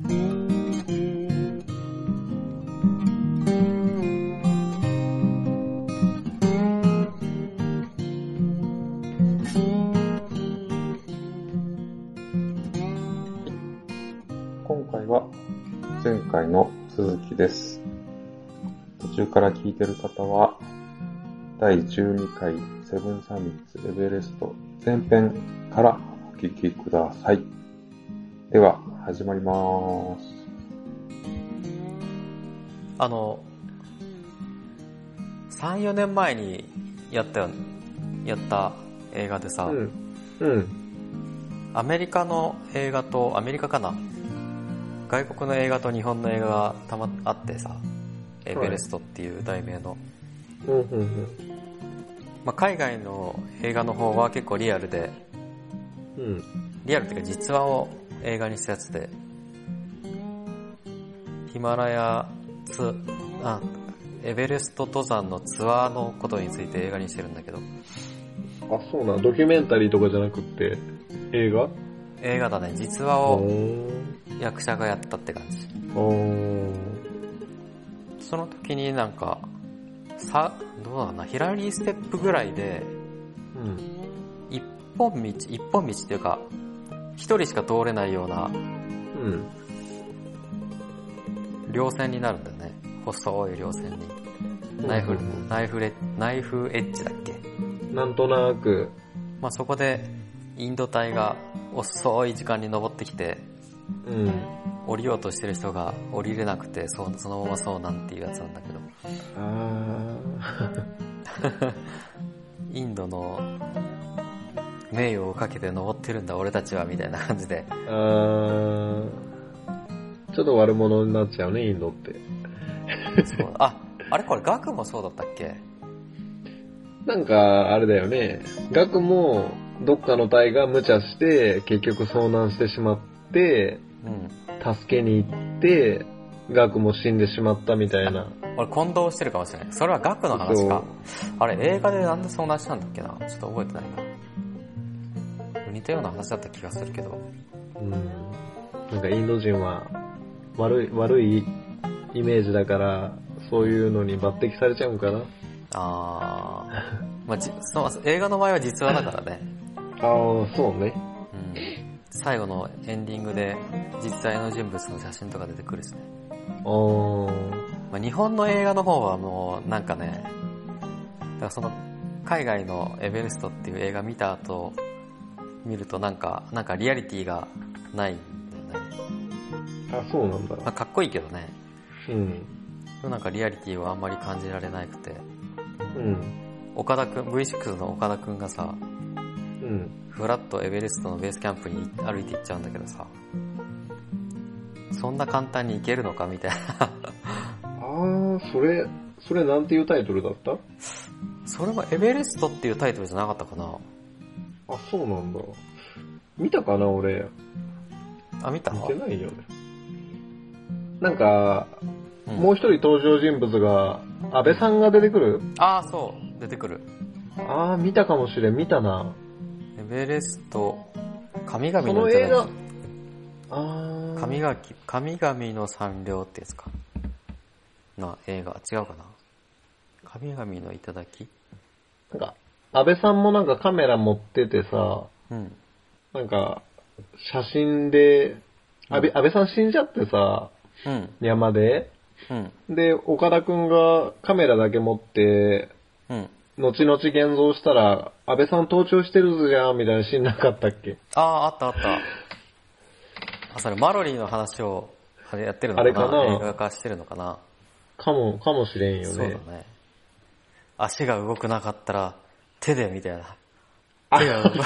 今回は前回の続きです。途中から聞いてる方は第12回セブンサミッツエベレスト前編からお聞きください。では始まります。 3、4年前にやった映画でさ、アメリカの映画と、アメリカかな、外国の映画と日本の映画があってさ、エベレストっていう題名の、海外の映画の方は結構リアルで、リアルっていうか実話を映画にしたやつで、ヒマラヤエベレスト登山のツアーのことについて映画にしてるんだけど。 あ、そうな、ドキュメンタリーとかじゃなくって映画だね。実話を役者がやったって感じ。その時になんかどうだろうな、ヒラリーステップぐらいで、一本道っていうか一人しか通れないような、稜線になるんだよね。細い稜線にナイフエッジだっけ、 なんとなく、 そこでインド隊が遅い時間に登ってきて、降りようとしてる人が降りれなくて、そのままそうなんていうやつなんだけど、インドの名誉をかけて登ってるんだ俺たちはみたいな感じで、 ちょっと悪者になっちゃうね、インドってそう、あれこれガクもそうだったっけ。 なんかあれだよね、ガクもどっかの隊が無茶して結局遭難してしまって、助けに行ってガクも死んでしまったみたいな。 俺混同してるかもしれない。それはガクの話か。あれ映画でなんで遭難したんだっけな、ちょっと覚えてないな。似たような話だった気がするけど、 なんかインド人は悪いイメージだからそういうのに抜擢されちゃうんかな。 映画の場合は実話だからね。 そうね。 最後のエンディングで実際の人物の写真とか出てくるしね。日本の映画の方はもうなんかね、だからその海外のエベレストっていう映画見た後見るとなんかリアリティがないんだよね。 そうなんだ。 かっこいいけどね。なんかリアリティはあんまり感じられなくて。岡田くん、V6 の岡田くんがさ、フラットエベレストのベースキャンプに歩いて行っちゃうんだけどさ、そんな簡単に行けるのかみたいな。 それなんていうタイトルだった？ それもエベレストっていうタイトルじゃなかったかな。 そうなんだ。見たかな俺。 見た？ 見てないよね。なんか、もう一人登場人物が安倍さんが出てくる？ そう出てくる。 見たかもしれん。見たな。 エベレスト神々の頂き。神々の山稜ってやつかな、映画。違うかな。神々の頂き。 なんか安倍さんもなんかカメラ持っててさ、なんか写真で安倍さん死んじゃってさ、山で、で岡田くんがカメラだけ持って、後々現像したら安倍さん盗聴してるじゃんみたいなシーンなかったっけ？ あった。それマロリーの話をやってるのかな。あれかな、映画化してるのかな。 かもしれんよね。 そうだね。足が動くなかったら手でみたいな。手が動く。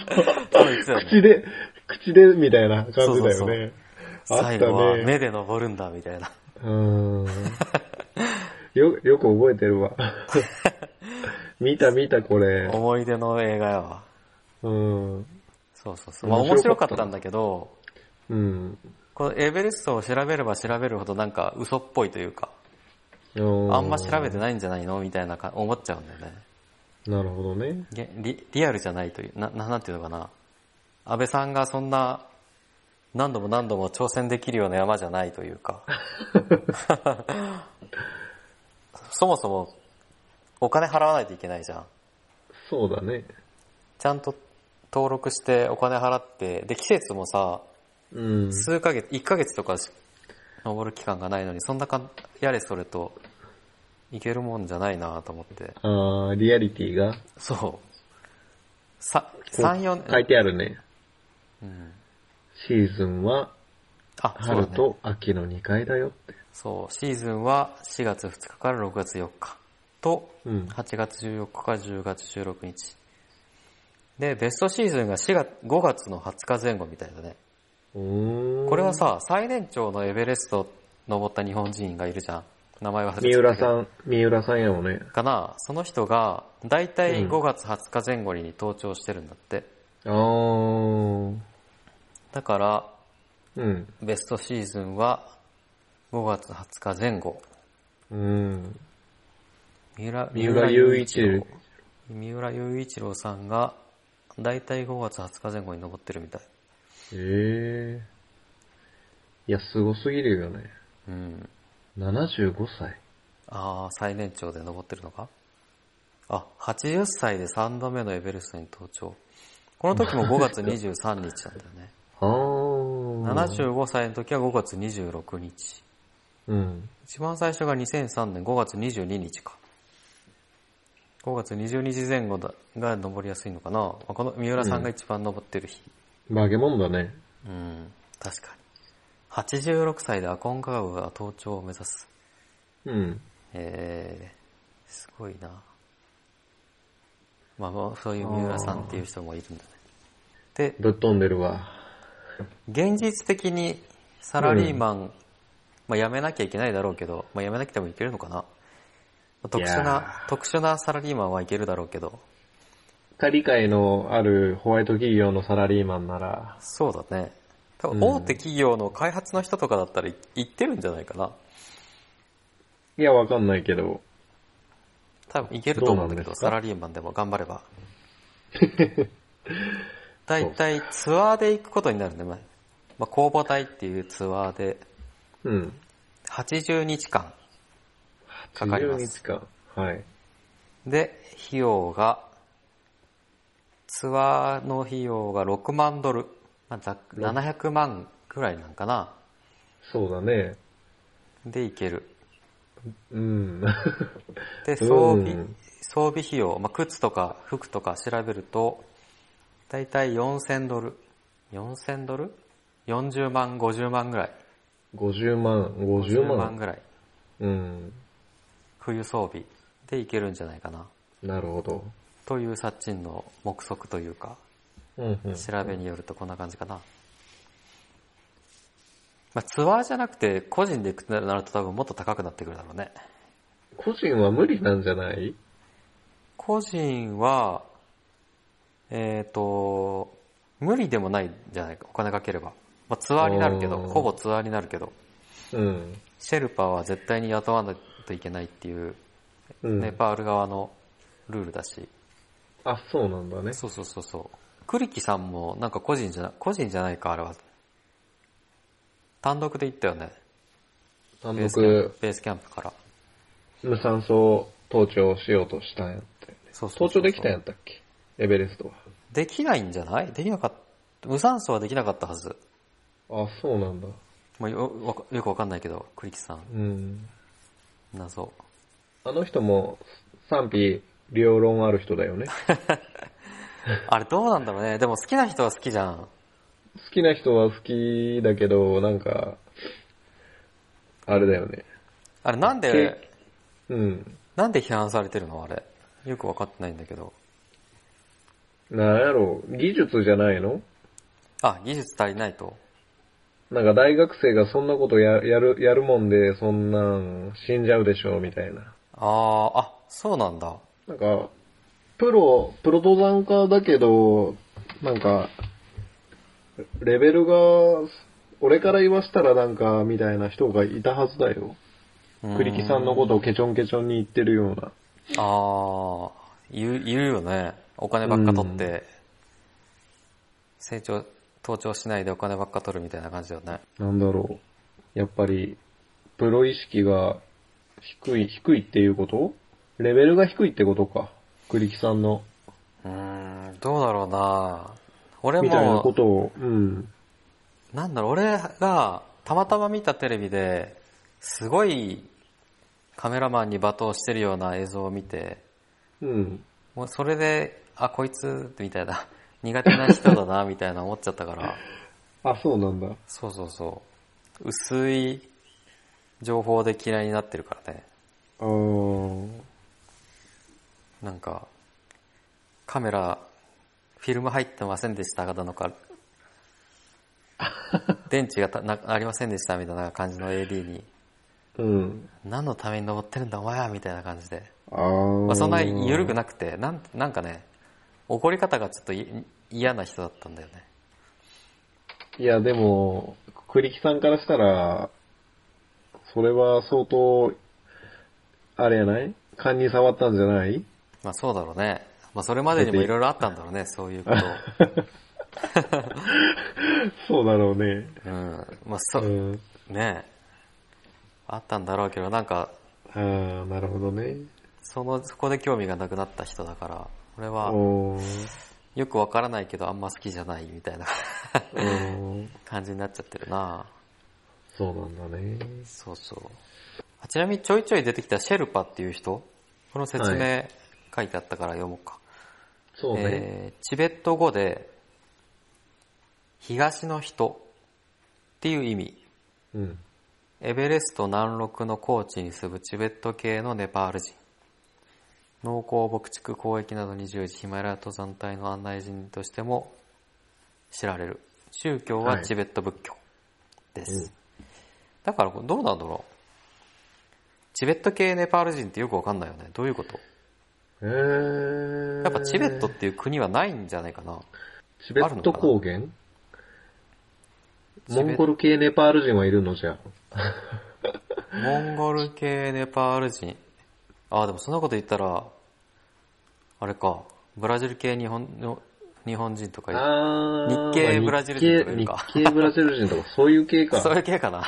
口でみたいな感じだよね。 最後は目で登るんだみたいな。 よく覚えてるわ。見たこれ。 思い出の映画やわ。そう。面白かったんだけど、このエベレストを調べれば調べるほどなんか嘘っぽいというか、あんま調べてないんじゃないのみたいな思っちゃうんだよね。 なるほどね。 リアルじゃないという、なんていうのかな。安倍さんがそんな何度も何度も挑戦できるような山じゃないというか。そもそもお金払わないといけないじゃん。 そうだね。 ちゃんと登録してお金払って、で、季節もさ、数ヶ月、1ヶ月とか登る期間がないのに、そんなやれそれと、いけるもんじゃないなと思って。 あー、リアリティがそう。3、4年。 書いてあるね。 うん。 シーズンは、春と秋の2回だよって。 そう、シーズンは4月2日から6月4日と、8月14日から10月16日。で、ベストシーズンが5月の20日前後みたいだね。これはさ、最年長のエベレスト登った日本人がいるじゃん。名前忘れちゃったけど。 三浦さんやもね。 かな、その人が、だいたい5月20日前後に登頂してるんだって。だから、ベストシーズンは5月20日前後。三浦雄一郎さんが、だいたい5月20日前後に登ってるみたい。 いや、すごすぎるよね。75歳。 ああ、最年長で登ってるのか？あ、80歳で3度目のエベレストに登頂。この時も5月23日なんだよね。75歳の時は5月26日。一番最初が2003年5月22日か。5月20日前後が登りやすいのかな。この三浦さんが一番登ってる日。 化け物だね。 確かに。86歳でアコンカグが登頂を目指す。すごいな。まあ、そういう三浦さんっていう人もいるんだね。で、 ぶっ飛んでるわ。 現実的にサラリーマン、まあ辞めなきゃいけないだろうけど、まあ辞めなくてもいけるのかな。特殊なサラリーマンはいけるだろうけど。 理解のあるホワイト企業のサラリーマンなら。 そうだね。多分大手企業の開発の人とかだったら行ってるんじゃないかな。 いや、わかんないけど。 多分行けると思うんだけど、サラリーマンでも頑張れば。だいたいツアーで行くことになるんで、まあ、公募隊っていうツアーで、80日間かかります。 80日間。はい。 で、費用が、ツアーの費用が$6万、まあ、700万くらいなんかな。 そうだね。 で行ける。で、装備費用、まあ、靴とか服とか調べると、だいたい$4000。40万、50万ぐらい。 50万ぐらい。冬装備で行けるんじゃないかな。 なるほど。 というサッチンの目測というか、調べによるとこんな感じかな。まあ、ツアーじゃなくて個人で行くとなると多分もっと高くなってくるだろうね。 個人は無理なんじゃない？ 個人は、無理でもないんじゃないか、お金かければ。まあ、ツアーになるけど、ほぼツアーになるけど、シェルパーは絶対に雇わないといけないっていう、ネパール側のルールだし。 あ、そうなんだね。 そう。栗木さんもなんか個人じゃないか、あれは。単独で行ったよね。 単独。 ベースキャンプから。 無酸素登頂しようとしたんやって。登頂できたんやったっけ？エベレストは。できないんじゃない？できなかった。無酸素はできなかったはず。 あ、そうなんだ。 まあ、よくわかんないけど、栗木さん。謎。 あの人も賛否両論ある人だよね。 あれどうなんだろうね。でも好きな人は好きじゃん。好きな人は好きだけど、なんか、あれだよね。 あれなんで批判されてるのあれ。よくわかってないんだけど。 なんやろう、技術じゃないの？ あ、技術足りないと。 なんか大学生がそんなことやるもんで、そんなん死んじゃうでしょ、みたいな。 あ、そうなんだ。 なんか、プロ登山家だけど、なんか、レベルが、俺から言わしたらなんか、みたいな人がいたはずだよ。栗木さんのことをケチョンケチョンに言ってるような。 言うよね。お金ばっか取って、成長盗聴しないでお金ばっか取るみたいな感じだよね。 なんだろう。やっぱり、プロ意識が低いっていうこと？レベルが低いってことか。栗木さんの。 どうだろうな。俺も、 みたいなことを、 なんだろう、俺がたまたま見たテレビで、すごいカメラマンに罵倒してるような映像を見て、もうそれで、こいつ、みたいな、苦手な人だな、みたいな思っちゃったから。 あ、そうなんだ。 そう。薄い情報で嫌いになってるからね。なんか、カメラ、フィルム入ってませんでしただのか、電池がありませんでしたみたいな感じの AD に、何のために登ってるんだお前はみたいな感じで。そんな緩くなくて、なんかね、怒り方がちょっと嫌な人だったんだよね。 いや、でも、栗木さんからしたら、それは相当、あれやない勘に触ったんじゃない？ まあそうだろうね。まあそれまでにもいろいろあったんだろうね、そういうこと。 そうだろうね。 まあねえ。あったんだろうけど、なんか。 なるほどね。そこで興味がなくなった人だから、俺は、よくわからないけどあんま好きじゃないみたいな感じになっちゃってるな。 そうなんだね。 そう。ちなみにちょいちょい出てきたシェルパっていう人、この説明書いてあったから読もうか。 そうね。 チベット語で、東の人っていう意味。エベレスト南麓の高地に住むチベット系のネパール人。農耕牧畜交易などに従事、ヒマラヤ登山隊の案内人としても知られる。宗教はチベット仏教です。だからどうなんだろう。チベット系ネパール人ってよくわかんないよね。どういうこと？やっぱチベットっていう国はないんじゃないかな。 チベット高原？モンゴル系ネパール人はいるのじゃ。 モンゴル系ネパール人。でもそんなこと言ったら、あれか、ブラジル系日本人とかいる。日系ブラジル人とかいるか。 日系ブラジル人とかそういう系か。 そういう系かな。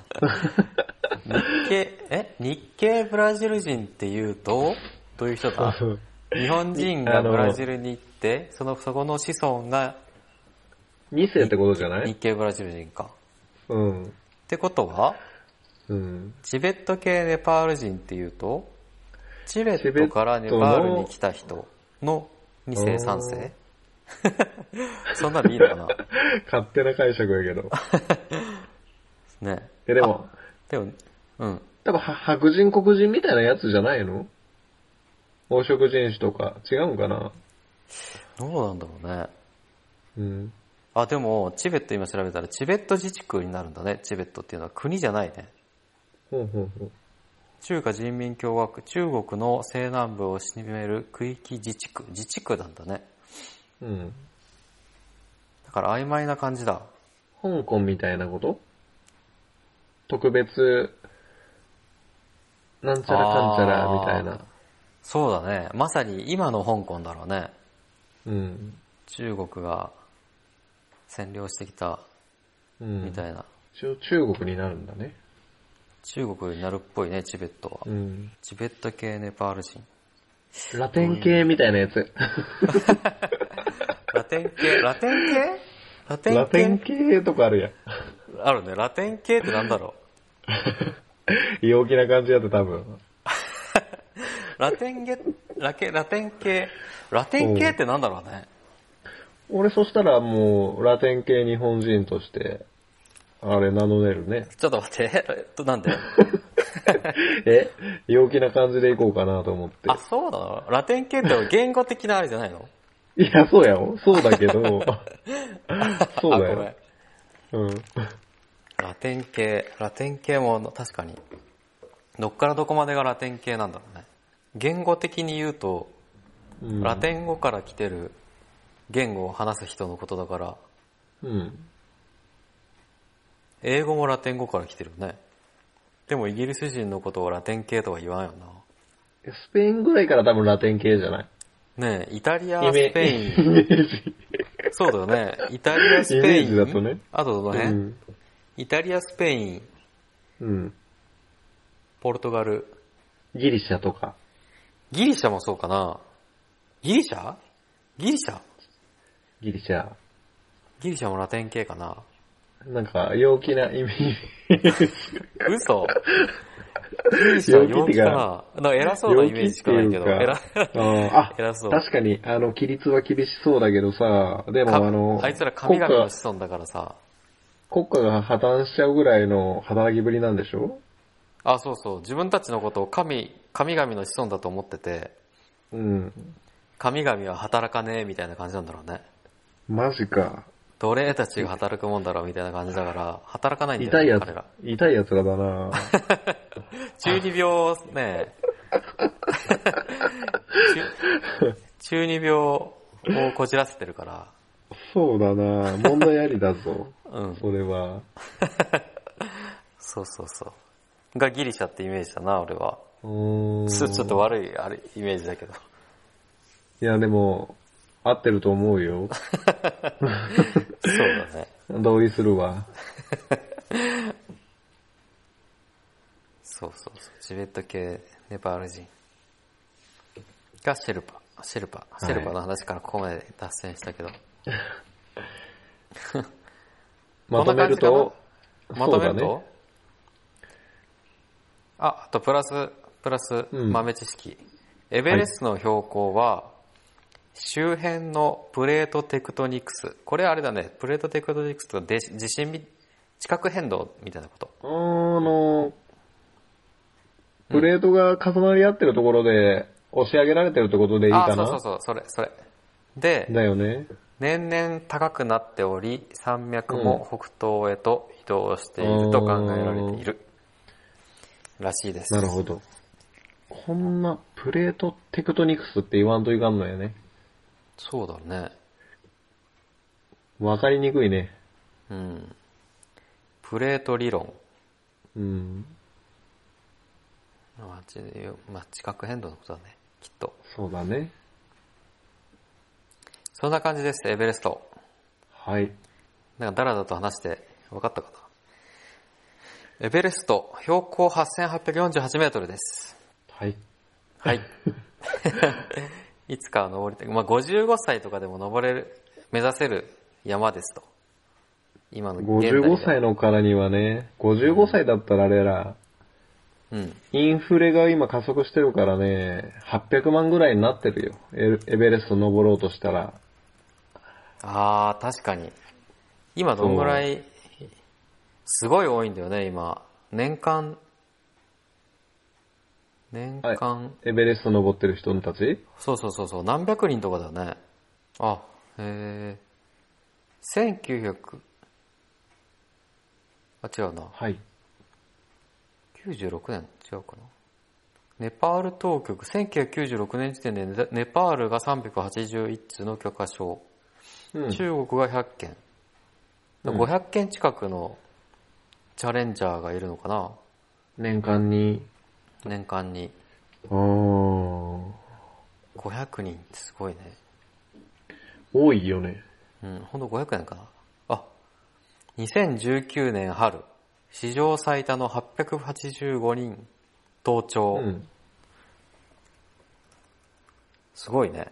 日系ブラジル人って言うと、どういう人だ？日本人がブラジルに行って、そこの子孫が、 2世ってことじゃない？ 日系ブラジル人か。ってことは、チベット系ネパール人って言うと、チベットからネパールに来た人の2世3世そんなのいいのかな？ 勝手な解釈やけど。 ね。 でも、多分白人黒人みたいなやつじゃないの？黄色人種とか違うんかな？ どうなんだろうね。でも、チベット今調べたらチベット自治区になるんだね。チベットっていうのは国じゃないね。中華人民共和国、中国の西南部を占める区域自治区なんだね。だから曖昧な感じだ。 香港みたいなこと？特別、なんちゃらかんちゃらみたいな。 そうだね。まさに今の香港だろうね。中国が占領してきたみたいな。 中国になるんだね。 中国になるっぽいね、チベットは。チベット系ネパール人。 ラテン系みたいなやつ。 ラテン系とかあるやん。 あるね。ラテン系ってなんだろう。陽気な感じやって多分。 ラテン系ってなんだろうね。 俺そしたらもうラテン系日本人として、あれ名乗れるね。 ちょっと待って、なんで陽気な感じでいこうかなと思って。 そうなの？ラテン系って言語的なあれじゃないの？ いや、そうやよ。そうだけど。そうだよ。 ラテン系も確かに、どっからどこまでがラテン系なんだろうね。言語的に言うと、ラテン語から来てる言語を話す人のことだから、英語もラテン語から来てるね。でもイギリス人のことをラテン系とは言わんよな。 スペインぐらいから多分ラテン系じゃない？ ねえ、イタリア、スペイン。 そうだよね。イタリア、スペイン。 イメージだとね。 あとどの辺、うん、イタリア、スペイン。 うん。 ポルトガル。 ギリシャとか。 ギリシャもそうかな。ギリシャギリシャギリシャ。 ギリシャもラテン系かな。 なんか、陽気なイメージ。 嘘ギリシャ陽気かな。なんか偉そうなイメージしかないけど。偉そう。 確かに、規律は厳しそうだけどさ、でもあいつら神々の子孫だからさ。 国家が破綻しちゃうぐらいの働きぶりなんでしょ？ あ、そうそう。自分たちのことを神々の子孫だと思ってて、 うん。 神々は働かねえみたいな感じなんだろうね。 マジか。 奴隷たちが働くもんだろうみたいな感じだから、働かないんだよね、彼ら。 痛い奴らだな中二病ね、中二病をこじらせてるから。 そうだな問題ありだぞ。 うん。 それは。 そうそうそう。がギリシャってイメージだな、俺は。ちょっと悪いイメージだけど。 いや、でも、合ってると思うよ。 そうだね。 同意するわ。 そうそうそう。チベット系ネパール人がシェルパの話からここまで脱線したけど。 まとめると、 あとプラス豆知識。エベレストの標高は、周辺のプレートテクトニクス。これあれだね。プレートテクトニクスとか地殻変動みたいなこと。 プレートが重なり合ってるところで押し上げられてるってことでいいかな？ そう、それ。で、 だよね。 年々高くなっており、山脈も北東へと移動していると考えられている。らしいです。 なるほど。こんなプレートテクトニクスって言わんといかんのよね。 そうだね。 わかりにくいね。 うん。プレート理論。 うん。 地殻変動のことだね。きっと。 そうだね。 そんな感じです、エベレスト。 はい。 なんかだらだらと話して分かったかな。エベレスト、標高8848メートルです。 はい。 はい。いつかは登りたい。55歳とかでも目指せる山ですと。今の現代 55歳のからにはね、55歳だったらあれら、 うん。 インフレが今加速してるからね、800万ぐらいになってるよ。エベレスト登ろうとしたら。 あー、確かに。今どんぐらい、すごい多いんだよね、今。年間、 エベレスト登ってる人たち？ そう。何百人とかだよね。あ、1900、違うな。 はい。 96年違うかな。ネパール当局、1996年時点でネパールが381通の許可証。中国が100件。500件近くのチャレンジャーがいるのかな。 年間に。 500人ってすごいね。 多いよね。 ほんと500年かな。2019年春、史上最多の885人登頂。すごいね。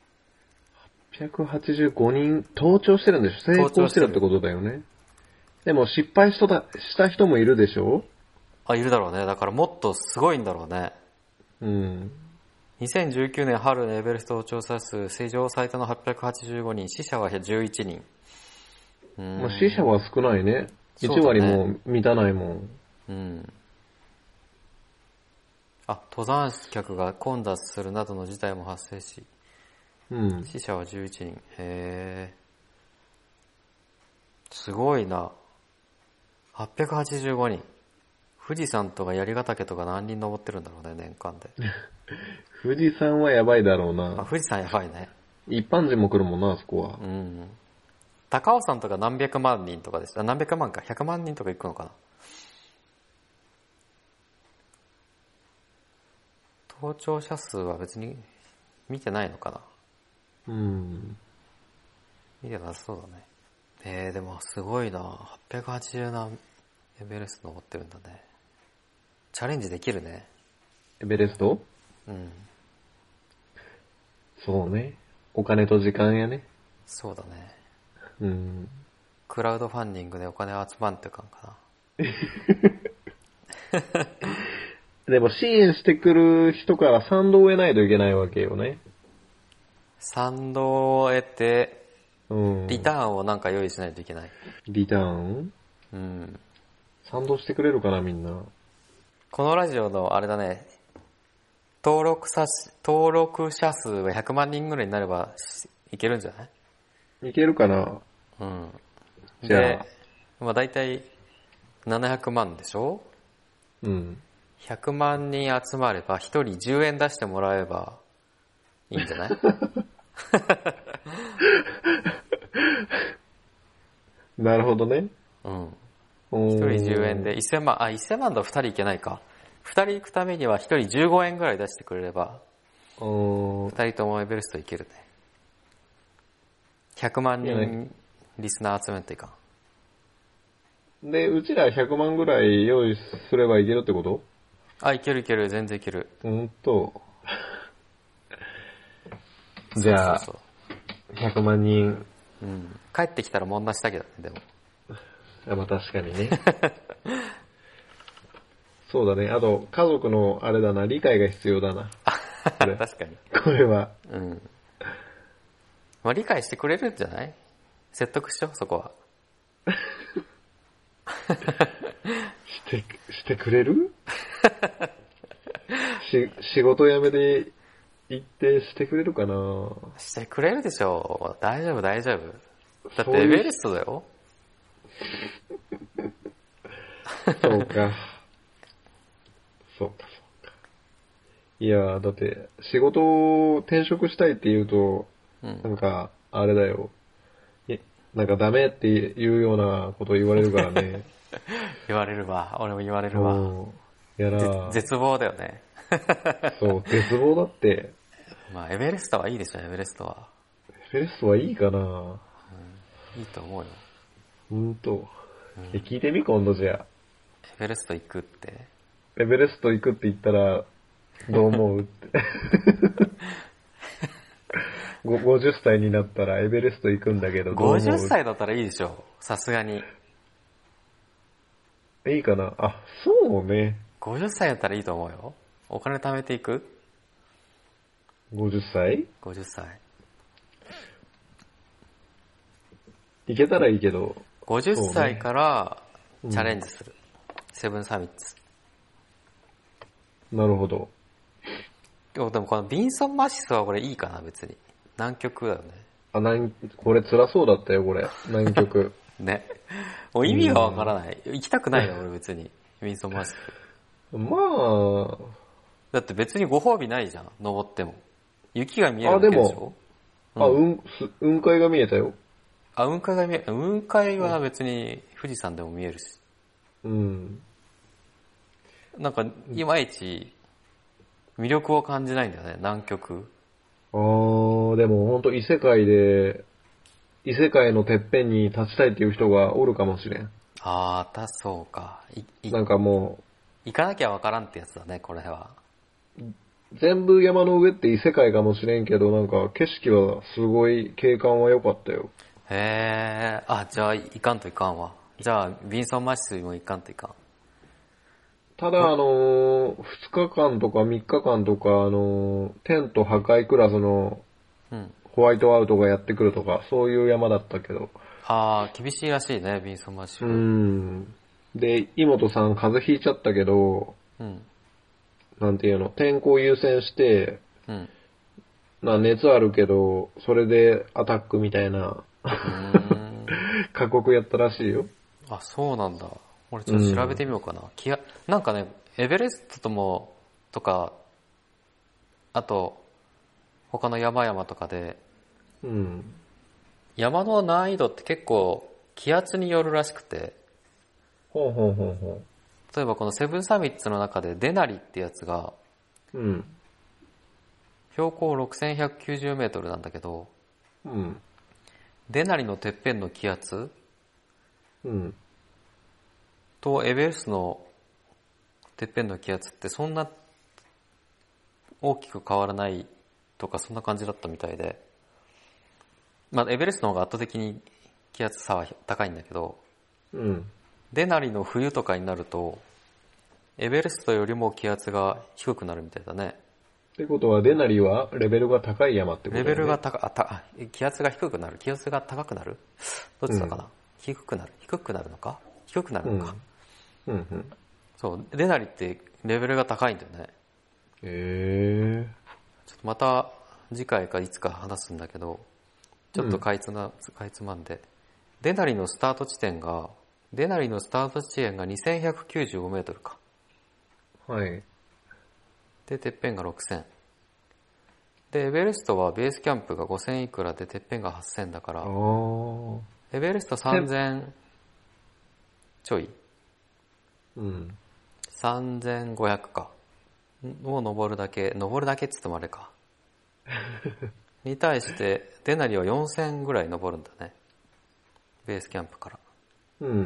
885人登頂してるんでしょ？成功してるってことだよね。でも失敗した人もいるでしょ？ いるだろうね。だからもっとすごいんだろうね。2019年春のエベレスト登頂者数、史上最多の885人、死者は11人。 死者は少ないね。1割も満たないもん。登山客が混雑するなどの事態も発生し、死者は11人。すごいな。885人。富士山とか槍ヶ岳とか何人登ってるんだろうね、年間で。 富士山はやばいだろうな。 富士山やばいね。 一般人も来るもんな、あそこは。 高尾山とか何百万人とかでした。何百万か、100万人とか行くのかな。登頂者数は別に見てないのかな。 見てなさそうだね。でもすごいな。880何エベレスト登ってるんだね。チャレンジできるね。 エベレスト？ うん。 そうね。お金と時間やね。 そうだね。 うん。 クラウドファンディングでお金集まんってかんかな。でも支援してくる人から賛同を得ないといけないわけよね。 賛同を得て、 うん。 リターンをなんか用意しないといけない。 リターン？ うん。 賛同してくれるかな、みんな。 このラジオのあれだね、登録者数が100万人ぐらいになればいけるんじゃない？ いけるかな？ うん。 じゃあ。 まあ大体700万でしょ？ うん。 100万人集まれば1人10円出してもらえばいいんじゃない？ なるほどね。 うん。1人10円で1000万、1000万だと2人いけないか。2人行くためには1人15円ぐらい出してくれれば、2人ともエベレストいけるね。100万人リスナー集めていかん。で、うちら100万ぐらい用意すればいけるってこと？ いけるいける、全然いける。 じゃあ、100万人。 うん。帰ってきたらもんなしたけどね、でも。 まあ確かにね。そうだね。あと、家族のあれだな、理解が必要だな。 確かに。 これは。 うん。まあ理解してくれるんじゃない？説得しよう、そこは。 してくれる？仕事辞めで行ってしてくれるかな？ してくれるでしょう。大丈夫、大丈夫。だってエベレストだよ。 そうか。そうか。いや、だって、仕事を転職したいって言うと、なんか、あれだよ。なんかダメっていうようなことを言われるからね。 言われるわ。俺も言われるわ。絶望だよね。 そう、絶望だって。 まあ、エベレストはいいでしょ、エベレストは。 エベレストはいいかな？ いいと思うよ。 ほんと。聞いてみ、今度じゃあ。 エベレスト行くって。 エベレスト行くって言ったら、どう思うって。50歳になったらエベレスト行くんだけど、どう思う ？50歳だったらいいでしょ。さすがに。 いいかな？そうね。 50歳だったらいいと思うよ。お金貯めていく？ 50歳？ 50歳。 行けたらいいけど。 50歳からチャレンジする。セブンサミッツ。 なるほど。 でもこのビンソンマシスはこれいいかな、別に。南極だよね。 これ辛そうだったよ、これ。南極。 ね。もう意味がわからない。行きたくないよ、俺別に。ビンソンマシス。 まあ。 だって別にご褒美ないじゃん、登っても。雪が見えるわけでしょ？ 雲海が見えたよ。 雲海が見える。雲海は別に富士山でも見えるし。 うん。 なんか、いまいち魅力を感じないんだよね、南極。 でもほんと異世界のてっぺんに立ちたいっていう人がおるかもしれん。 そうか。 なんかもう。 行かなきゃわからんってやつだね、これは。 全部山の上って異世界かもしれんけど、なんか景色はすごい景観は良かったよ。 へー。じゃあ行かんといかんわ。じゃあ、ビンソンマシスも行かんといかん。 ただ2日間とか3日間とかテント破壊クラスのホワイトアウトがやってくるとか、そういう山だったけど。 厳しいらしいね、ビンソンマシス。 で、妹さん風邪ひいちゃったけど、なんていうの、天候優先して、熱あるけど、それでアタックみたいな、過酷やったらしいよ。 そうなんだ。俺ちょっと調べてみようかな。なんかね、エベレストとか、あと、他の山々とかで、山の難易度って結構気圧によるらしくて、例えばこのセブンサミッツの中でデナリってやつが、標高6190メートルなんだけど、 デナリのてっぺんの気圧うん。 とエベレストのてっぺんの気圧ってそんな大きく変わらないとかそんな感じだったみたいで、まあエベレストの方が圧倒的に気圧差は高いんだけど、 うん。 デナリの冬とかになるとエベレストよりも気圧が低くなるみたいだね。 ってことは、デナリはレベルが高い山ってことだよね。 レベルが気圧が低くなる気圧が高くなるどっちだかな、低くなるのか低くなるのか。 うんうん。 そう、デナリってレベルが高いんだよね。 へちょっとまた次回かいつか話すんだけど、ちょっとかいつまんで。デナリのスタート地点が2195メートルか。 はい。 で、てっぺんが6000。で、エベレストはベースキャンプが5000いくらで、てっぺんが8000だから、エベレスト3000ちょい、 うん、 3500か。を登るだけって言ってもあれか。に対して、デナリは4000ぐらい登るんだね。ベースキャンプから。 うんうんうん。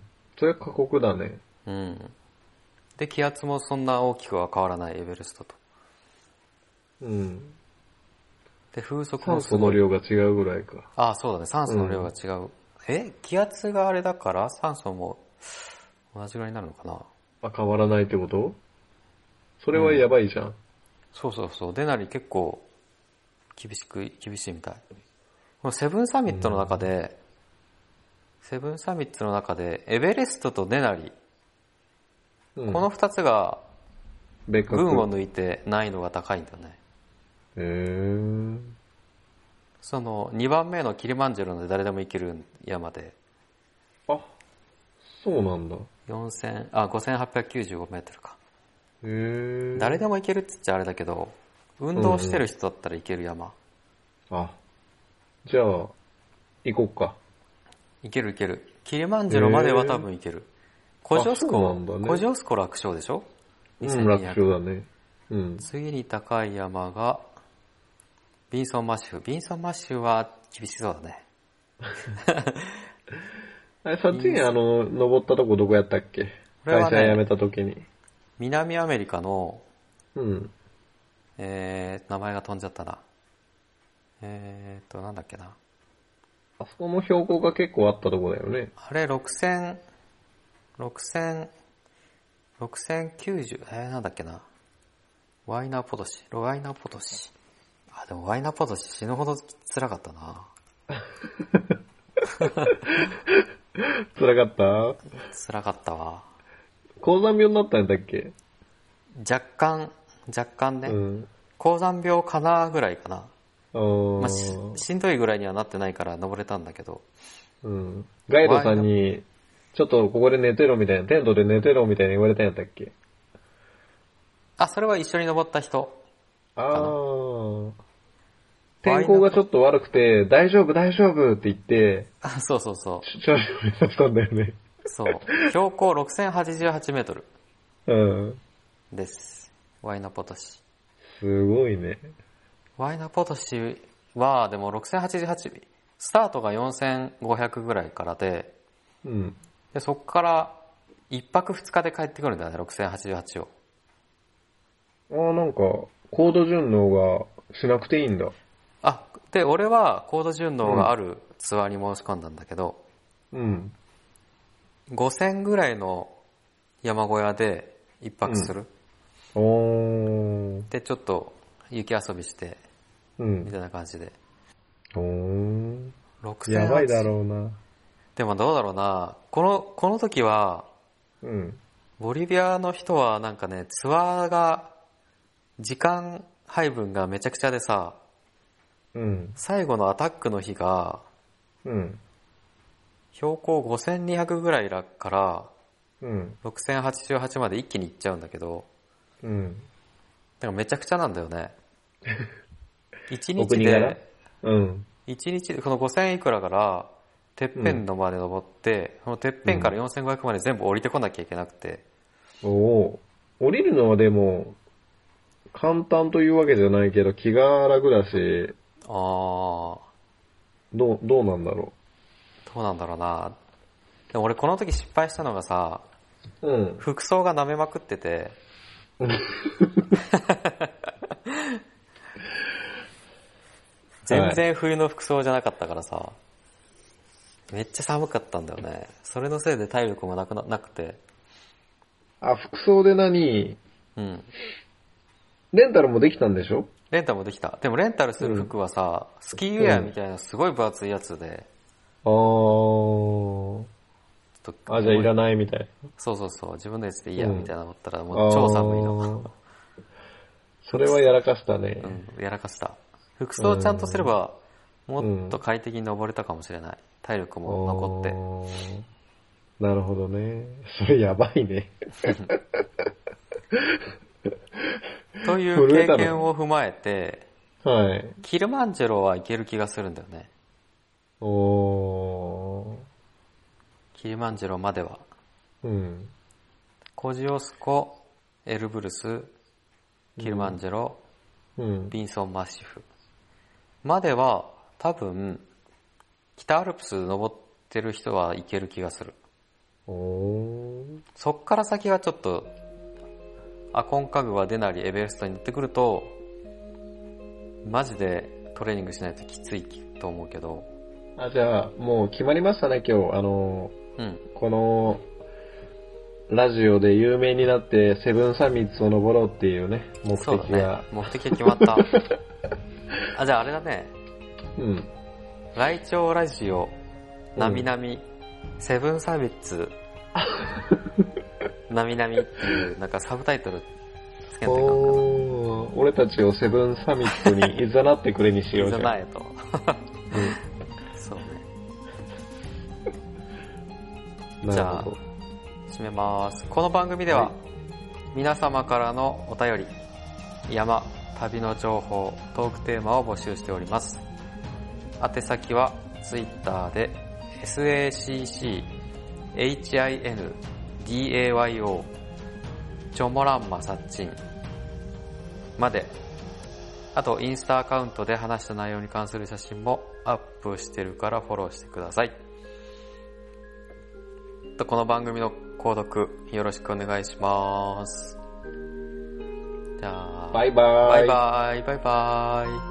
それは過酷だね。 うん。で、気圧もそんな大きくは変わらない、エベレストと。 うん。 で、風速もすごい。 酸素の量が違うぐらいか。 ああ、そうだね。酸素の量が違う。気圧があれだから酸素も同じぐらいになるのかな。 あ、変わらないってこと？それはやばいじゃん。 そうそうそう。デナリ結構厳しいみたい。このセブンサミットの中で、エベレストとデナリ、この二つが群を抜いて難易度が高いんだよね。その2番目のキリマンジャロで誰でも行ける山で。 あ、そうなんだ。 5895メートルか。誰でも行けるって言っちゃあれだけど、運動してる人だったら行ける山。 あ、じゃあ、行こっか。 行ける。キリマンジャロまでは多分行ける。コジョスコ楽勝でしょ？ 楽勝だね。 次に高い山が、ビンソンマッシュは厳しそうだね。 あれ、そっちに登ったとこどこやったっけ？会社辞めた時に。 南アメリカの、 名前が飛んじゃったな。なんだっけな。 あそこも標高が結構あったとこだよね。 あれ、6090、なんだっけな。ワイナポトシ。あ、でもワイナポトシ死ぬほど辛かったな。 辛かった？ 辛かったわ。 高山病になったんだっけ？ 若干ね。高山病かなぐらいかな。まあ、しんどいぐらいにはなってないから登れたんだけど。 ガイドさんに、ちょっとここで寝てろみたいな、テントで寝てろみたいに言われたんやったっけ？ あ、それは一緒に登った人。 天候がちょっと悪くて、大丈夫って言って、 そうそうそう。 調子を目指したんだよね。 そう。標高6088メートル。です。ワイナポトシ。 すごいね。 ワイナポトシは、でも6088、スタートが4500ぐらいからで、でそこから1泊2日で帰ってくるんだよね、6088を。 なんか、高度順応がしなくていいんだ。 で、俺は高度順応があるツアーに申し込んだんだけど、5000ぐらいの山小屋で1泊する。で、ちょっと雪遊びして、みたいな感じで。 やばいだろうな。 でもどうだろうな。この時は、ボリビアの人はなんかね、ツアーが、時間配分がめちゃくちゃでさ、最後のアタックの日が、標高5200ぐらいから、6088まで一気に行っちゃうんだけど、だからめちゃくちゃなんだよね。1日で、この5000いくらから、てっぺんのまで登って、そのてっぺんから4500まで全部降りてこなきゃいけなくて。 降りるのはでも、簡単というわけじゃないけど、気が楽だし。 どうなんだろう。どうなんだろうな。でも俺この時失敗したのがさ、 うん。 服装が舐めまくってて、全然冬の服装じゃなかったからさ、めっちゃ寒かったんだよね。それのせいで体力もなくて。 あ、服装で何？ うん。 レンタルもできたんでしょ？ レンタルもできた。でもレンタルする服はさ、スキーウェアみたいなすごい分厚いやつで。 じゃあいらないみたいな。 そう。自分のやつでいいや、みたいな思ったらもう超寒いの。 それはやらかしたね。 うん、やらかした。服装ちゃんとすれば、もっと快適に登れたかもしれない。体力も残って。 なるほどね。それやばいね。 という経験を踏まえて、 はい。 キルマンジェロはいける気がするんだよね。キルマンジェロまでは。 うん。 コジオスコ、エルブルス、キルマンジェロ、ビンソンマッシフまでは多分北アルプス登ってる人はいける気がする。そっから先はちょっとアコンカグワデナリエベレストに行ってくるとマジでトレーニングしないときついと思うけど。 じゃあもう決まりましたね今日。このラジオで有名になってセブンサミッツを登ろうっていうね、目的が。そうだね。 目的が決まった。じゃああれだね。ライチョウラジオ、なみなみ、セブンサミッツ、なみなみっていうなんかサブタイトルつけていかんかな。 俺たちをセブンサミットにいざなってくれにしようじゃん。 いざなえと。そうね。じゃあ、締めます。この番組では、皆様からのお便り、山、旅の情報、トークテーマを募集しております。宛先は Twitter で SACCHINDAYO チョモランマサッチンまで、あとインスタアカウントで話した内容に関する写真もアップしてるからフォローしてください。この番組の購読よろしくお願いします。じゃあ、 バイバイ。 バイバイ。